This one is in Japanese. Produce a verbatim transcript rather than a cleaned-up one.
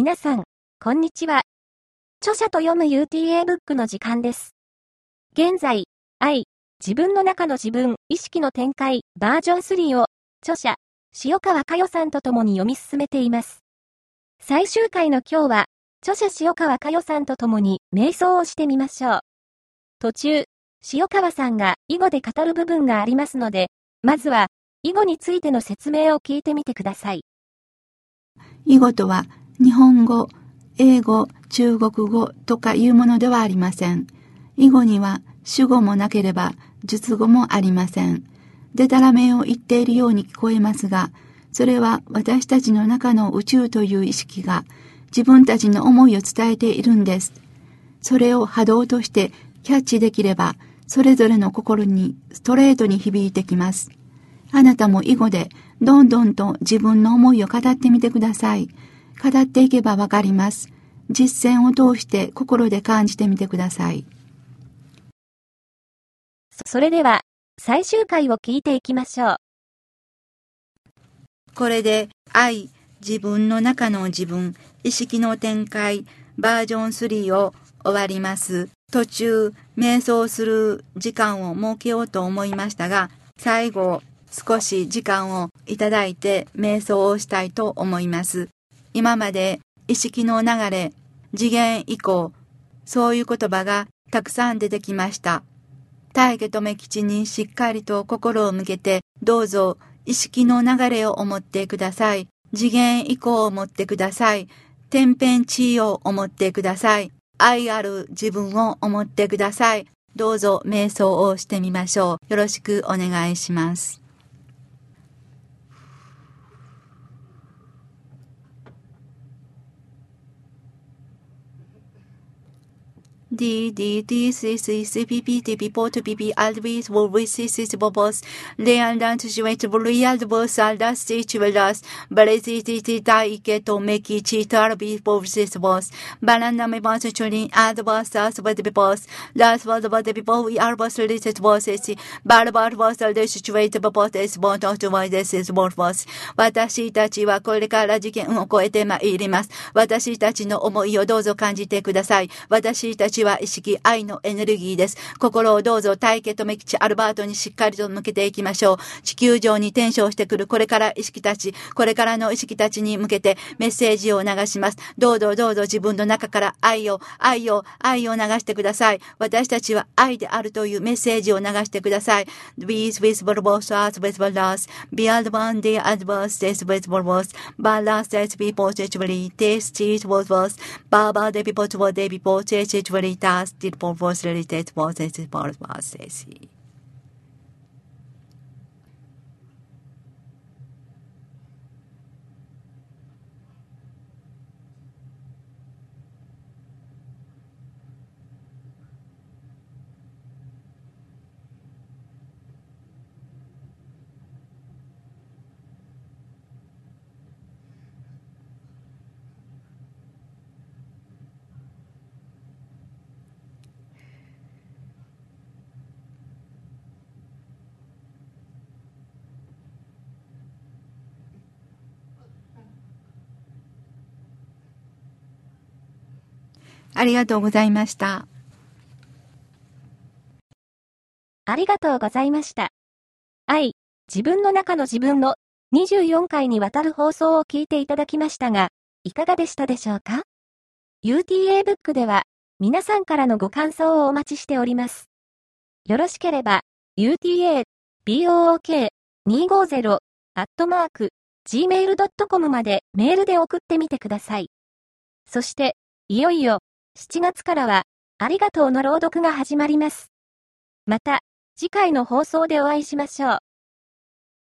皆さん、こんにちは。著者と読む ユーティーエー ブックの時間です。現在、愛、自分の中の自分、意識の展開、バージョンスリーを、著者、塩川佳代さんと共に読み進めています。最終回の今日は、著者塩川佳代さんと共に瞑想をしてみましょう。途中、塩川さんが囲碁で語る部分がありますので、まずは、囲碁についての説明を聞いてみてください。 囲碁とは、日本語、英語、中国語とかいうものではありません。囲碁には主語もなければ述語もありません。でたらめを言っているように聞こえますが、それは私たちの中の宇宙という意識が自分たちの思いを伝えているんです。それを波動としてキャッチできれば、それぞれの心にストレートに響いてきます。あなたも囲碁でどんどんと自分の思いを語ってみてください。語っていけばわかります。実践を通して心で感じてみてください。 それでは、最終回を聞いていきましょう。 これで、愛、自分の中の自分、意識の展開、バージョンスリーを終わります。途中、瞑想する時間を設けようと思いましたが、最後、少し時間をいただいて瞑想をしたいと思います。今まで意識の流れ、次元移行、そういう言葉がたくさん出てきました。大家留吉にしっかりと心を向けて、どうぞ意識の流れを思ってください。次元移行を持ってください。天変地異を思ってください。愛ある自分を思ってください。どうぞ瞑想をしてみましょう。よろしくお願いします。D D D C C C P P T P P T P P Always will receive its purpose. Learn down to wait to real the boss all the stage will last. But it is it die get to make it cheat or be for this boss. Banana me boss tuning at the boss as with the boss. Last was about the people we are boss related bosses. But about boss all the situation purpose is born to why this is boss boss. 私たちはこれから事件を超えてまいります。私たちの思いをどうぞ感じてください。私たちは意識、愛のエネルギーです。心をどうぞ大家留吉アルバートにしっかりと向けていきましょう。地球上に転生してくるこれから意識たち、これからの意識たちに向けてメッセージを流します。どうぞどうぞ自分の中から愛を、愛を、愛を流してください。私たちは愛であるというメッセージを流してください。With visible boss as visible loss, beyond one day adverse days visible boss, balance that people actually taste it was was, Baba de people to what they people taste it really does, did purpose related was it was was it. ありがとうございました。 ありがとうございました。愛、自分の中の自分のにじゅうよんかいにわたる放送を聞いていただきましたが、いかがでしたでしょうか？ ユーティーエー ブックでは皆さんからのご感想をお待ちしております。よろしければ ユーティーエーブックにひゃくごじゅう アットマーク ジーメールドットコム までメールで送ってみてください。そして、いよいよしちがつからはありがとうの朗読が始まります。また、次回の放送でお会いしましょう。